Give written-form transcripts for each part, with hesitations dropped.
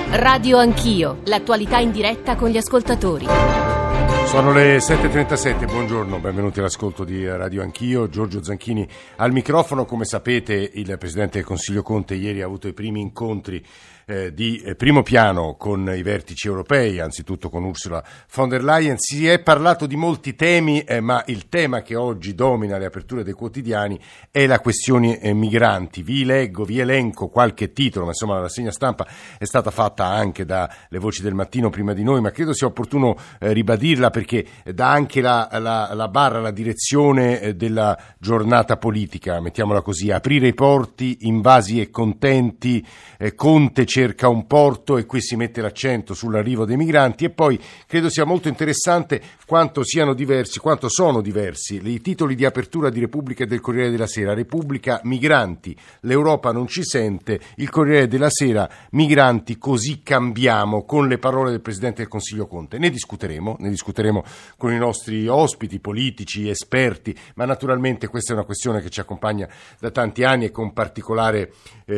Radio Anch'io, l'attualità in diretta con gli ascoltatori. Sono le 7.37, buongiorno, benvenuti all'ascolto di Radio Anch'io. Giorgio Zanchini al microfono. Come sapete, il Presidente del Consiglio Conte ieri ha avuto i primi incontri di primo piano con i vertici europei, anzitutto con Ursula von der Leyen. Si è parlato di molti temi, ma il tema che oggi domina le aperture dei quotidiani è la questione migranti. Vi elenco qualche titolo, ma insomma la rassegna stampa è stata fatta anche dalle voci del mattino prima di noi, ma credo sia opportuno ribadirla perché dà anche la barra, la direzione della giornata politica, mettiamola così: aprire i porti, invasi e contenti, Conte cerca un porto e qui si mette l'accento sull'arrivo dei migranti. E poi credo sia molto interessante quanto sono diversi i titoli di apertura di Repubblica e del Corriere della Sera. Repubblica: migranti, l'Europa non ci sente. Il Corriere della Sera: migranti, così cambiamo, con le parole del Presidente del Consiglio Conte. Ne discuteremo con i nostri ospiti politici, esperti, ma naturalmente questa è una questione che ci accompagna da tanti anni e con particolare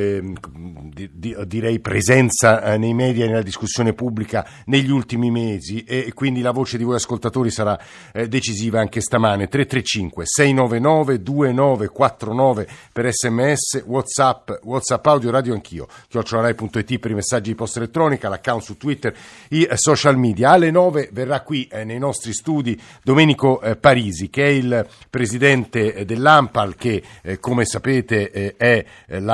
direi presenza nei media e nella discussione pubblica negli ultimi mesi, e quindi la voce di voi ascoltatori sarà decisiva anche stamane. 335 699 2949 per SMS, WhatsApp audio, Radio Anch'io @rai.it per i messaggi di posta elettronica, l'account su Twitter, i social media. Alle 9 verrà qui nei nostri studi Domenico Parisi, che è il presidente dell'ANPAL, che come sapete è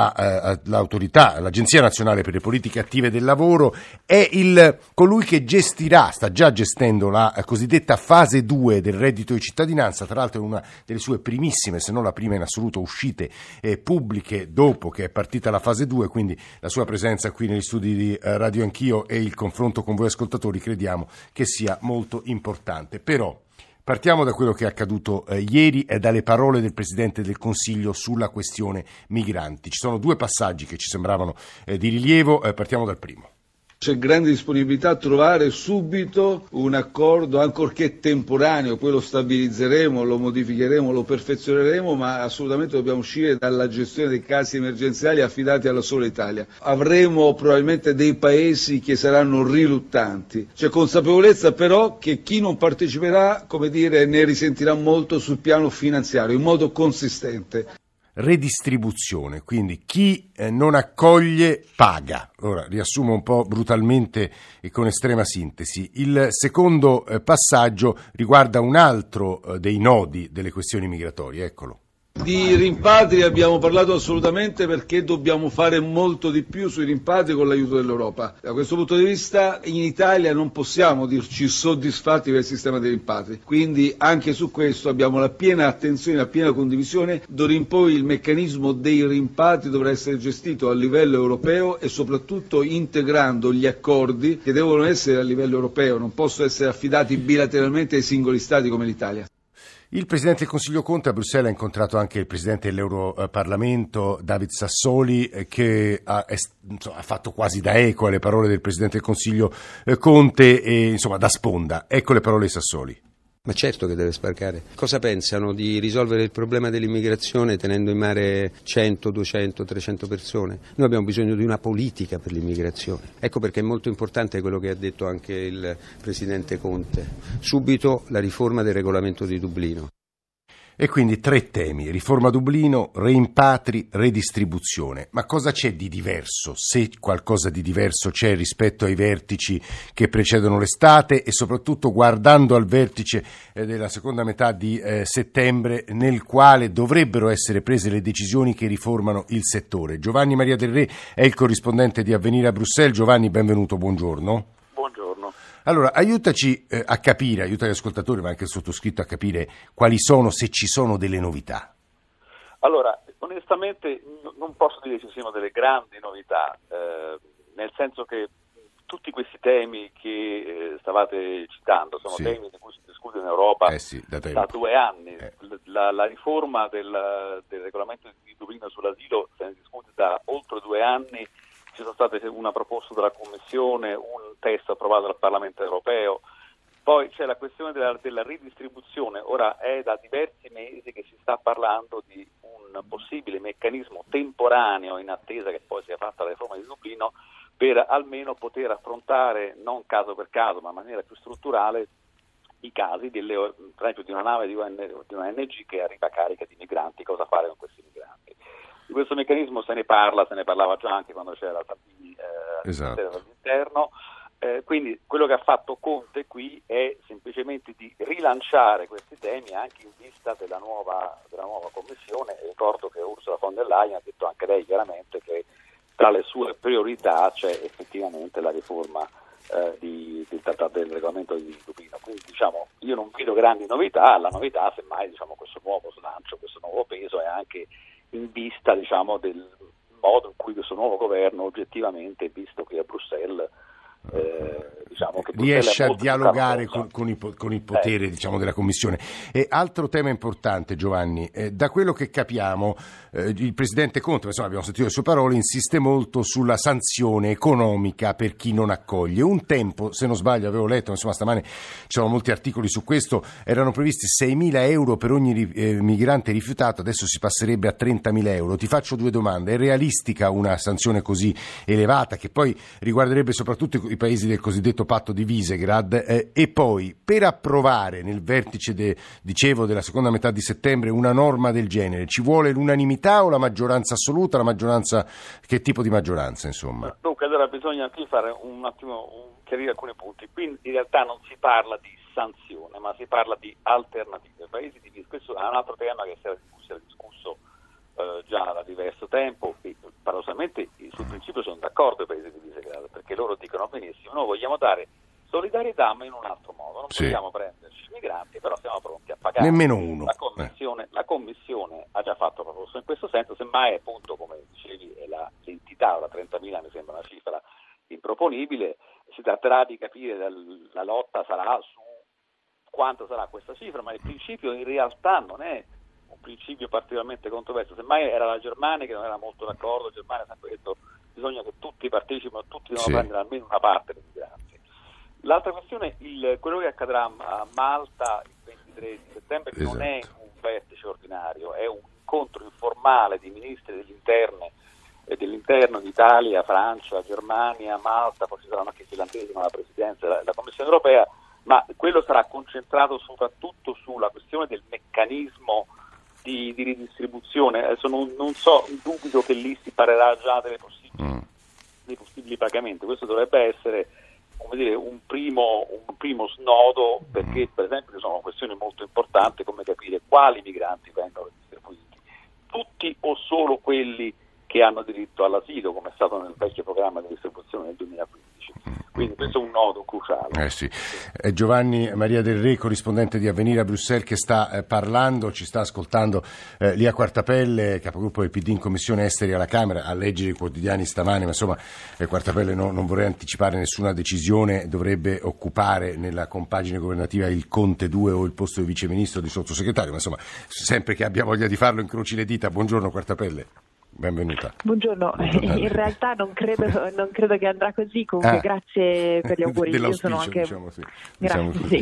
l'autorità, l'Agenzia Nazionale per le Politiche Attive del Lavoro. È colui che sta già gestendo la cosiddetta fase 2 del reddito di cittadinanza. Tra l'altro è una delle sue primissime, se non la prima in assoluto, uscite pubbliche dopo che è partita la fase 2, quindi la sua presenza qui negli studi di Radio Anch'io e il confronto con voi ascoltatori crediamo che sia molto importante. Però partiamo da quello che è accaduto ieri e dalle parole del Presidente del Consiglio sulla questione migranti. Ci sono due passaggi che ci sembravano di rilievo, partiamo dal primo. C'è grande disponibilità a trovare subito un accordo, ancorché temporaneo, poi lo stabilizzeremo, lo modificheremo, lo perfezioneremo, ma assolutamente dobbiamo uscire dalla gestione dei casi emergenziali affidati alla sola Italia. Avremo probabilmente dei paesi che saranno riluttanti. C'è consapevolezza però che chi non parteciperà, ne risentirà molto sul piano finanziario, in modo consistente. Redistribuzione, quindi chi non accoglie paga. Ora riassumo un po' brutalmente e con estrema sintesi. Il secondo passaggio riguarda un altro dei nodi delle questioni migratorie, eccolo. Di rimpatri abbiamo parlato assolutamente, perché dobbiamo fare molto di più sui rimpatri con l'aiuto dell'Europa. Da questo punto di vista in Italia non possiamo dirci soddisfatti per il sistema dei rimpatri, quindi anche su questo abbiamo la piena attenzione, la piena condivisione. D'ora in poi il meccanismo dei rimpatri dovrà essere gestito a livello europeo e soprattutto integrando gli accordi che devono essere a livello europeo, non possono essere affidati bilateralmente ai singoli Stati come l'Italia. Il Presidente del Consiglio Conte a Bruxelles ha incontrato anche il Presidente dell'Europarlamento, David Sassoli, che ha fatto quasi da eco alle parole del Presidente del Consiglio Conte, e da sponda. Ecco le parole di Sassoli. Ma certo che deve sbarcare. Cosa pensano di risolvere il problema dell'immigrazione tenendo in mare 100, 200, 300 persone? Noi abbiamo bisogno di una politica per l'immigrazione. Ecco perché è molto importante quello che ha detto anche il Presidente Conte. Subito la riforma del regolamento di Dublino. E quindi 3 temi: riforma Dublino, rimpatri, redistribuzione. Ma cosa c'è di diverso, se qualcosa di diverso c'è rispetto ai vertici che precedono l'estate, e soprattutto guardando al vertice della seconda metà di settembre, nel quale dovrebbero essere prese le decisioni che riformano il settore? Giovanni Maria Del Re è il corrispondente di Avvenire a Bruxelles. Giovanni, benvenuto, buongiorno. Allora, aiutaci a capire, aiuta gli ascoltatori, ma anche il sottoscritto, a capire quali sono, se ci sono delle novità. Allora, onestamente non posso dire che ci siano delle grandi novità, nel senso che tutti questi temi che stavate citando sono temi di cui si discute in Europa da 2 anni. La riforma del regolamento di Dublino sull'asilo se ne discute da oltre 2 anni. Ci sono state una proposta della Commissione, un testo approvato dal Parlamento europeo, poi c'è la questione della ridistribuzione. Ora è da diversi mesi che si sta parlando di un possibile meccanismo temporaneo in attesa che poi sia fatta la riforma di Dublino per almeno poter affrontare, non caso per caso, ma in maniera più strutturale, i casi per esempio di una nave di una ONG che arriva carica di migranti, cosa fare con questi migranti. Di questo meccanismo se ne parlava già anche quando c'era Salvini all'interno. Quindi quello che ha fatto Conte qui è semplicemente di rilanciare questi temi anche in vista della nuova Commissione. Ricordo che Ursula von der Leyen ha detto anche lei chiaramente che tra le sue priorità c'è effettivamente la riforma del regolamento di Dublino. Quindi io non vedo grandi novità, la novità semmai questo nuovo slancio, questo nuovo peso è anche in vista del modo in cui questo nuovo governo oggettivamente, visto qui a Bruxelles, che riesce a dialogare con il potere della Commissione. E altro tema importante, Giovanni, da quello che capiamo il Presidente Conte, abbiamo sentito le sue parole, insiste molto sulla sanzione economica per chi non accoglie. Un tempo, se non sbaglio, avevo letto, stamane ci sono molti articoli su questo, erano previsti 6.000 euro per ogni migrante rifiutato, adesso si passerebbe a 30.000 euro. Ti faccio due domande: è realistica una sanzione così elevata, che poi riguarderebbe soprattutto i paesi del cosiddetto patto di Visegrad, e poi per approvare nel vertice della seconda metà di settembre una norma del genere ci vuole l'unanimità o la maggioranza assoluta? La maggioranza, che tipo di maggioranza, insomma? Dunque allora bisogna qui fare un attimo chiarire alcuni punti. Qui in realtà non si parla di sanzione, ma si parla di alternative. Paesi di questo è un altro tema che si era discusso già da diverso tempo, e paradossalmente sul principio sono d'accordo i paesi di Visegrad, perché loro dicono benissimo: noi vogliamo dare solidarietà ma in un altro modo, non vogliamo prenderci i migranti, però siamo pronti a pagare. Nemmeno uno. La Commissione ha già fatto proposta in questo senso, semmai appunto, come dicevi, l'entità, la 30.000 mi sembra una cifra improponibile. Si tratterà di capire, la lotta sarà su quanto sarà questa cifra, ma il principio in realtà non è un principio particolarmente controverso. Semmai era la Germania che non era molto d'accordo. La Germania ha sempre detto bisogna che tutti partecipino, tutti devono prendere almeno una parte dei migranti. L'altra questione è quello che accadrà a Malta il 23 di settembre, che non è un vertice ordinario, è un incontro informale di ministri dell'interno di Italia, Francia, Germania, Malta, forse saranno anche i finlandesi con la presidenza della Commissione europea, ma quello sarà concentrato soprattutto sulla questione del meccanismo di ridistribuzione. Adesso non so, dubito che lì si parlerà già dei possibili pagamenti. Questo dovrebbe essere, un primo snodo, perché per esempio ci sono questioni molto importanti come capire quali migranti vengono distribuiti, tutti o solo quelli che hanno diritto all'asilo, come è stato nel vecchio programma di distribuzione del 2015. Quindi questo è un nodo cruciale. Sì. Giovanni Maria Del Re, corrispondente di Avvenire a Bruxelles, che sta parlando, ci sta ascoltando. Lia Quartapelle, capogruppo del PD in Commissione Esteri alla Camera, a leggere i quotidiani stamani, ma Quartapelle non vorrei anticipare nessuna decisione, dovrebbe occupare nella compagine governativa il Conte 2 o il posto di viceministro, di sottosegretario, ma sempre che abbia voglia di farlo incroci le dita. Buongiorno Quartapelle. Benvenuta. Buongiorno. In realtà non credo che andrà così, comunque grazie per gli auguri. Io sono anche grazie.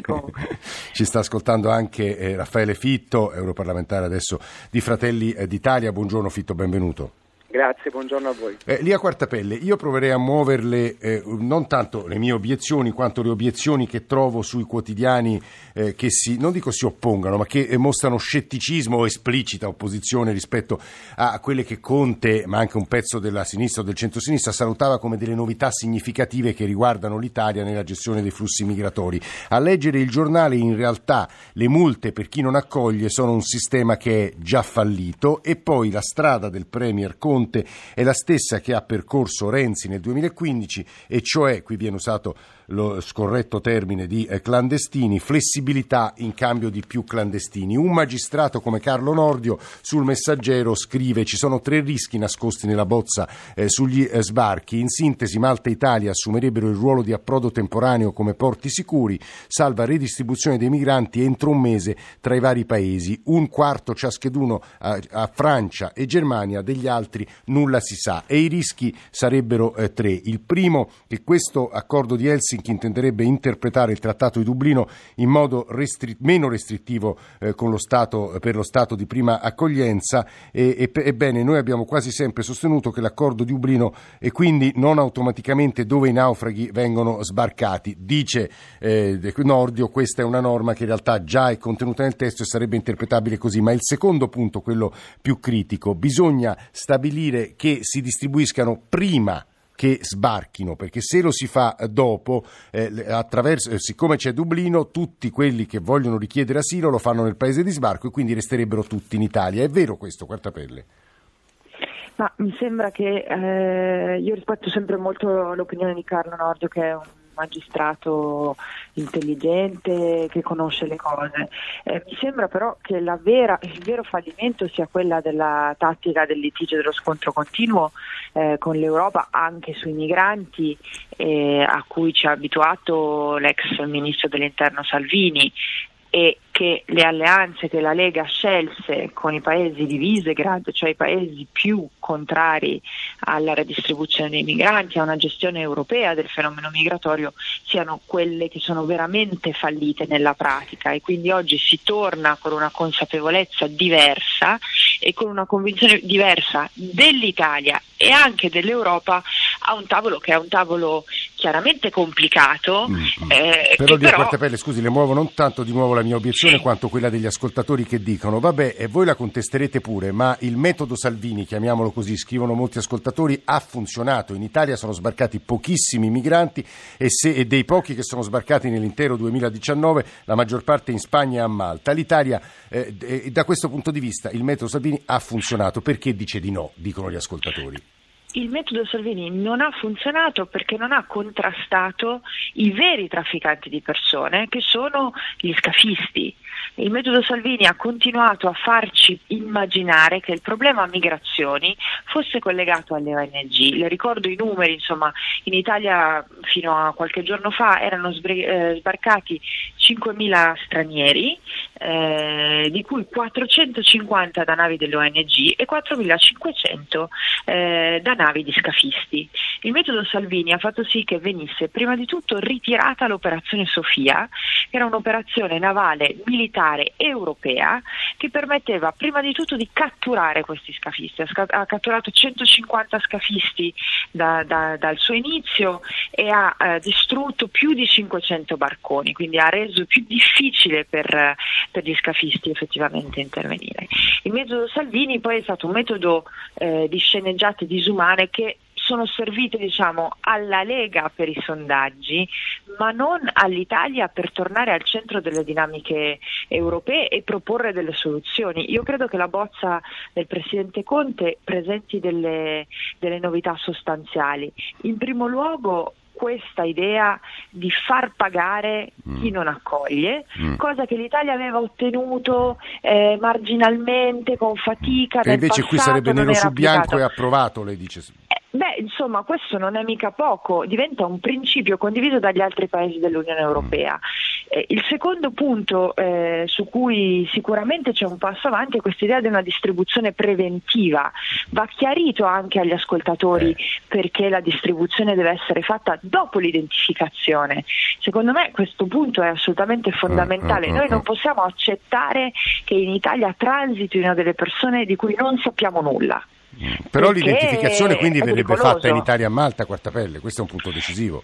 Ci sta ascoltando anche Raffaele Fitto, europarlamentare adesso di Fratelli d'Italia. Buongiorno Fitto, benvenuto. Grazie, buongiorno a voi. Lia Quartapelle, io proverei a muoverle non tanto le mie obiezioni quanto le obiezioni che trovo sui quotidiani che non dico si oppongano, ma che mostrano scetticismo o esplicita opposizione rispetto a quelle che Conte, ma anche un pezzo della sinistra o del centrosinistra, salutava come delle novità significative che riguardano l'Italia nella gestione dei flussi migratori. A leggere il giornale, in realtà le multe per chi non accoglie sono un sistema che è già fallito, e poi la strada del Premier Conte è la stessa che ha percorso Renzi nel 2015, e cioè, qui viene usato lo scorretto termine di clandestini, flessibilità in cambio di più clandestini. Un magistrato come Carlo Nordio sul Messaggero scrive: ci sono 3 rischi nascosti nella bozza sugli sbarchi. In sintesi, Malta e Italia assumerebbero il ruolo di approdo temporaneo come porti sicuri, salva redistribuzione dei migranti entro un mese tra i vari paesi, 1/4 ciascheduno a Francia e Germania, degli altri nulla si sa. E i rischi sarebbero 3. Il primo, che questo accordo di Helsinki Helsinki intenderebbe interpretare il Trattato di Dublino in modo meno restrittivo con lo Stato, per lo Stato di prima accoglienza. Ebbene, noi abbiamo quasi sempre sostenuto che l'accordo di Dublino e quindi non automaticamente dove i naufraghi vengono sbarcati. Dice Nordio, questa è una norma che in realtà già è contenuta nel testo e sarebbe interpretabile così, ma il secondo punto, quello più critico, bisogna stabilire che si distribuiscano prima che sbarchino, perché se lo si fa dopo, siccome c'è Dublino, tutti quelli che vogliono richiedere asilo lo fanno nel paese di sbarco e quindi resterebbero tutti in Italia. È vero questo, Quartapelle? Ma mi sembra che io rispetto sempre molto l'opinione di Carlo Nordio, che è un magistrato intelligente che conosce le cose. Mi sembra però che il vero fallimento sia quella della tattica del litigio, dello scontro continuo con l'Europa anche sui migranti, a cui ci ha abituato l'ex ministro dell'Interno Salvini, e che le alleanze che la Lega scelse con i paesi di Visegrad, cioè i paesi più contrari alla redistribuzione dei migranti, a una gestione europea del fenomeno migratorio, siano quelle che sono veramente fallite nella pratica, e quindi oggi si torna con una consapevolezza diversa e con una convinzione diversa dell'Italia e anche dell'Europa a un tavolo che è un tavolo chiaramente complicato. Però Quartapelle, scusi, le muovo non tanto di nuovo la mia obiezione quanto quella degli ascoltatori che dicono vabbè, e voi la contesterete pure, ma il metodo Salvini, chiamiamolo così, scrivono molti ascoltatori, ha funzionato. In Italia sono sbarcati pochissimi migranti e dei pochi che sono sbarcati nell'intero 2019 la maggior parte in Spagna e a Malta. L'Italia da questo punto di vista il metodo Salvini ha funzionato. Perché dice di no, dicono gli ascoltatori? Il metodo Salvini non ha funzionato perché non ha contrastato i veri trafficanti di persone, che sono gli scafisti. Il metodo Salvini ha continuato a farci immaginare che il problema migrazioni fosse collegato alle ONG. Le ricordo i numeri, insomma, in Italia fino a qualche giorno fa erano sbarcati 5.000 stranieri, di cui 450 da navi delle ONG e 4.500 da navi di scafisti. Il metodo Salvini ha fatto sì che venisse prima di tutto ritirata l'operazione Sofia, che era un'operazione navale militare europea che permetteva prima di tutto di catturare questi scafisti. Ha catturato 150 scafisti dal suo inizio e ha distrutto più di 500 barconi, quindi ha reso più difficile per gli scafisti effettivamente intervenire. Il metodo Salvini poi è stato un metodo di sceneggiate disumane che sono servite, diciamo, alla Lega per i sondaggi, ma non all'Italia per tornare al centro delle dinamiche europee e proporre delle soluzioni. Io credo che la bozza del Presidente Conte presenti delle novità sostanziali. In primo luogo questa idea di far pagare chi non accoglie, cosa che l'Italia aveva ottenuto marginalmente, con fatica, che invece qui sarebbe nero su bianco e approvato, lei dice. Insomma, questo non è mica poco, diventa un principio condiviso dagli altri paesi dell'Unione Europea. Il secondo punto su cui sicuramente c'è un passo avanti è questa idea di una distribuzione preventiva. Va chiarito anche agli ascoltatori perché la distribuzione deve essere fatta dopo l'identificazione. Secondo me questo punto è assolutamente fondamentale. Noi non possiamo accettare che in Italia transitino delle persone di cui non sappiamo nulla. Però l'identificazione quindi verrebbe fatta in Italia a Malta, Quartapelle, questo è un punto decisivo.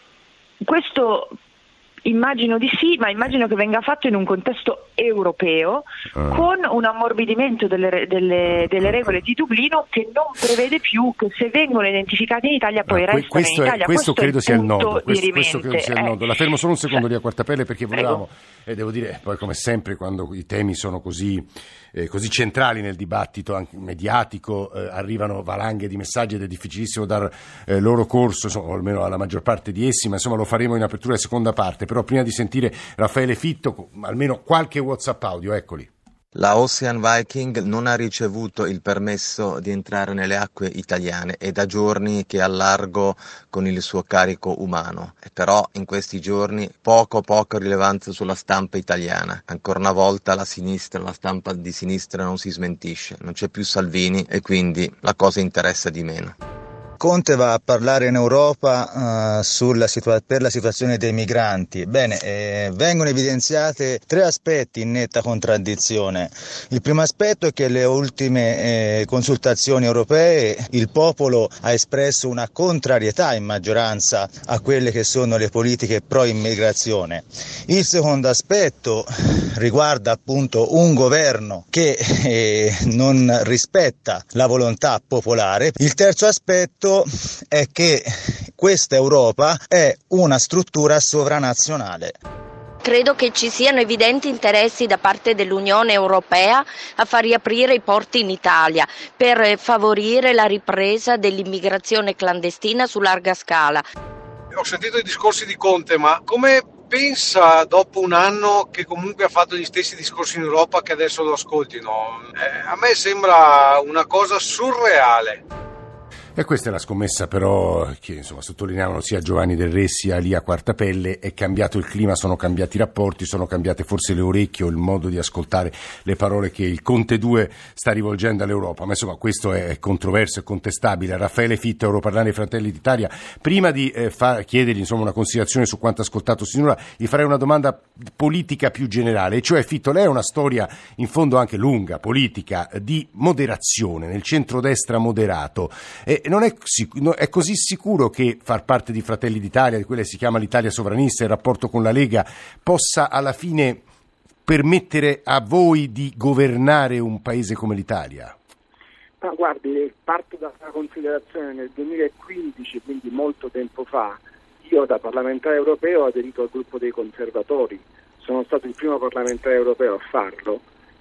Questo immagino di sì, ma immagino che venga fatto in un contesto europeo con un ammorbidimento delle regole di Dublino, che non prevede più che se vengono identificati in Italia poi restano in Italia. Questo credo sia il nodo. Questo credo sia il nodo. La fermo solo un secondo lì a Quartapelle, perché volevamo, e devo dire, poi come sempre quando i temi sono così centrali nel dibattito anche mediatico, arrivano valanghe di messaggi ed è difficilissimo dar loro corso, insomma, o almeno alla maggior parte di essi, ma insomma lo faremo in apertura e seconda parte. Però prima di sentire Raffaele Fitto, almeno qualche WhatsApp audio, eccoli. La Ocean Viking non ha ricevuto il permesso di entrare nelle acque italiane, è da giorni che è al largo con il suo carico umano, e però in questi giorni poco rilevanza sulla stampa italiana. Ancora una volta la stampa di sinistra non si smentisce, non c'è più Salvini e quindi la cosa interessa di meno. Conte va a parlare in Europa per la situazione dei migranti. Bene, vengono evidenziate 3 aspetti in netta contraddizione. Il primo aspetto è che le ultime consultazioni europee il popolo ha espresso una contrarietà in maggioranza a quelle che sono le politiche pro-immigrazione. Il secondo aspetto riguarda appunto un governo che non rispetta la volontà popolare. Il terzo aspetto è che questa Europa è una struttura sovranazionale. Credo che ci siano evidenti interessi da parte dell'Unione Europea a far riaprire i porti in Italia per favorire la ripresa dell'immigrazione clandestina su larga scala. Ho sentito i discorsi di Conte, ma come pensa dopo un anno che comunque ha fatto gli stessi discorsi in Europa che adesso lo ascoltino? A me sembra una cosa surreale. E questa è la scommessa però che sottolineavano sia Giovanni Del Re sia Lia Quartapelle: è cambiato il clima, sono cambiati i rapporti, sono cambiate forse le orecchie o il modo di ascoltare le parole che il Conte 2 sta rivolgendo all'Europa, ma insomma questo è controverso e contestabile. Raffaele Fitto, europarlante Fratelli d'Italia, prima di chiedergli una considerazione su quanto ascoltato sinora, gli farei una domanda politica più generale, cioè Fitto, lei ha una storia in fondo anche lunga, politica, di moderazione, nel centrodestra moderato. Non è così sicuro che far parte di Fratelli d'Italia, di quella che si chiama l'Italia sovranista, il rapporto con la Lega, possa alla fine permettere a voi di governare un paese come l'Italia? Ma guardi, parto da una considerazione. Nel 2015, quindi molto tempo fa, io da parlamentare europeo ho aderito al gruppo dei conservatori. Sono stato il primo parlamentare europeo a farlo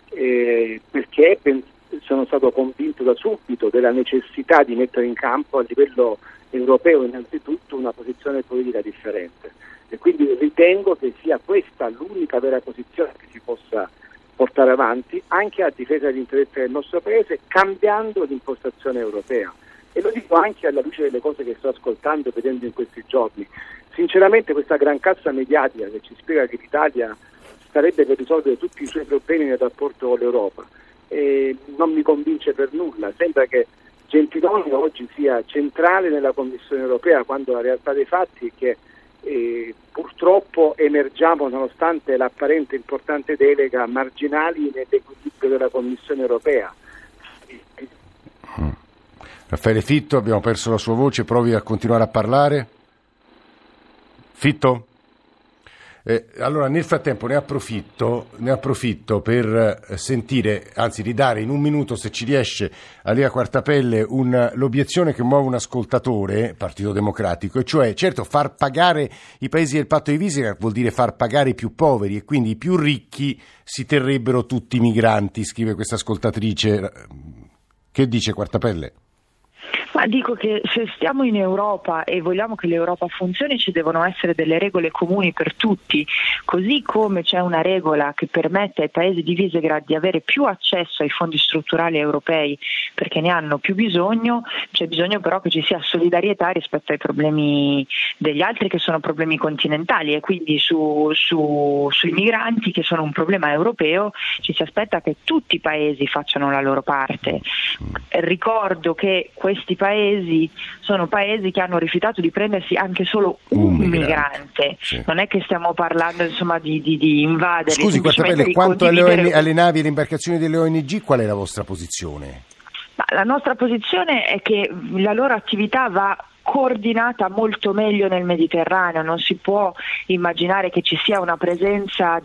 perché sono stato convinto da subito della necessità di mettere in campo a livello europeo innanzitutto una posizione politica differente, e quindi ritengo che sia questa l'unica vera posizione che si possa portare avanti anche a difesa degli interessi del nostro paese, cambiando l'impostazione europea. E lo dico anche alla luce delle cose che sto ascoltando e vedendo in questi giorni. Sinceramente questa gran cassa mediatica che ci spiega che l'Italia starebbe per risolvere tutti i suoi problemi nel rapporto con l'Europa non mi convince per nulla. Sembra che Gentiloni oggi sia centrale nella Commissione europea, quando la realtà dei fatti è che purtroppo emergiamo, nonostante l'apparente importante delega, marginali nell'equilibrio della Commissione europea. Raffaele Fitto, abbiamo perso la sua voce, provi a continuare a parlare. Fitto? Allora nel frattempo ne approfitto per sentire, anzi ridare in un minuto, se ci riesce, a Lia Quartapelle l'obiezione che muove un ascoltatore, Partito Democratico, e cioè certo far pagare i paesi del patto di Visegrád vuol dire far pagare i più poveri, e quindi i più ricchi si terrebbero tutti i migranti, scrive questa ascoltatrice. Che dice Quartapelle? Ma dico che se stiamo in Europa e vogliamo che l'Europa funzioni, ci devono essere delle regole comuni per tutti, così come c'è una regola che permette ai paesi di Visegrád di avere più accesso ai fondi strutturali europei perché ne hanno più bisogno. C'è bisogno però che ci sia solidarietà rispetto ai problemi degli altri, che sono problemi continentali, e quindi sui migranti, che sono un problema europeo, ci si aspetta che tutti i paesi facciano la loro parte. Ricordo che questi paesi sono paesi che hanno rifiutato di prendersi anche solo un migrante. Sì. Non è che stiamo parlando di invadere. Scusi Quartapelle, quanto alle navi e alle imbarcazioni delle ONG, qual è la vostra posizione? Ma la nostra posizione è che la loro attività va coordinata molto meglio nel Mediterraneo. Non si può immaginare che ci sia una presenza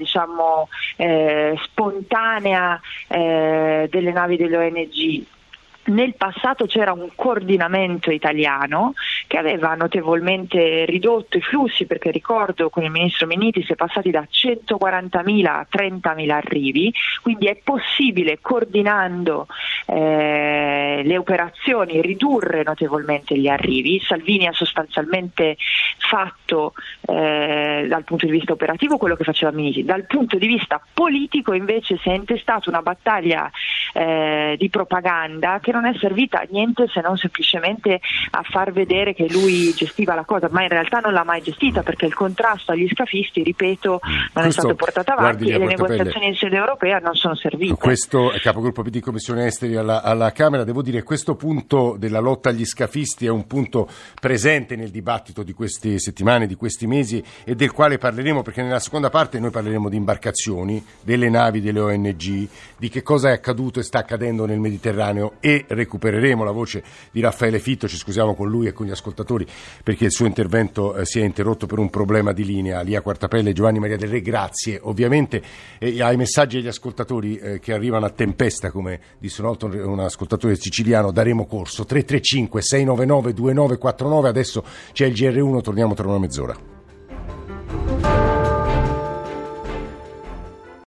spontanea delle navi delle ONG. Nel passato c'era un coordinamento italiano che aveva notevolmente ridotto i flussi, perché ricordo con il ministro Minniti si è passati da 140.000 a 30.000 arrivi, quindi è possibile, coordinando le operazioni, ridurre notevolmente gli arrivi. Salvini ha sostanzialmente fatto dal punto di vista operativo quello che faceva Minniti. Dal punto di vista politico invece si è intestato una battaglia di propaganda che non è servita a niente se non semplicemente a far vedere che lui gestiva la cosa, ma in realtà non l'ha mai gestita, perché il contrasto agli scafisti, ripeto, non è stato portato avanti e le negoziazioni in sede europea non sono servite. Questo è capogruppo PD Commissione Esteri alla Camera. Devo dire, questo punto della lotta agli scafisti è un punto presente nel dibattito di queste settimane, di questi mesi, e del quale parleremo, perché nella seconda parte noi parleremo di imbarcazioni, delle navi delle ONG, di che cosa è accaduto e sta accadendo nel Mediterraneo, e recupereremo la voce di Raffaele Fitto. Ci scusiamo con lui e con gli ascoltatori perché il suo intervento si è interrotto per un problema di linea. Lia Quartapelle e Giovanni Maria Del Re, grazie. Ovviamente ai messaggi degli ascoltatori che arrivano a tempesta, come disse un ascoltatore siciliano, daremo corso. 335 699 2949. Adesso c'è il GR1, torniamo tra una mezz'ora.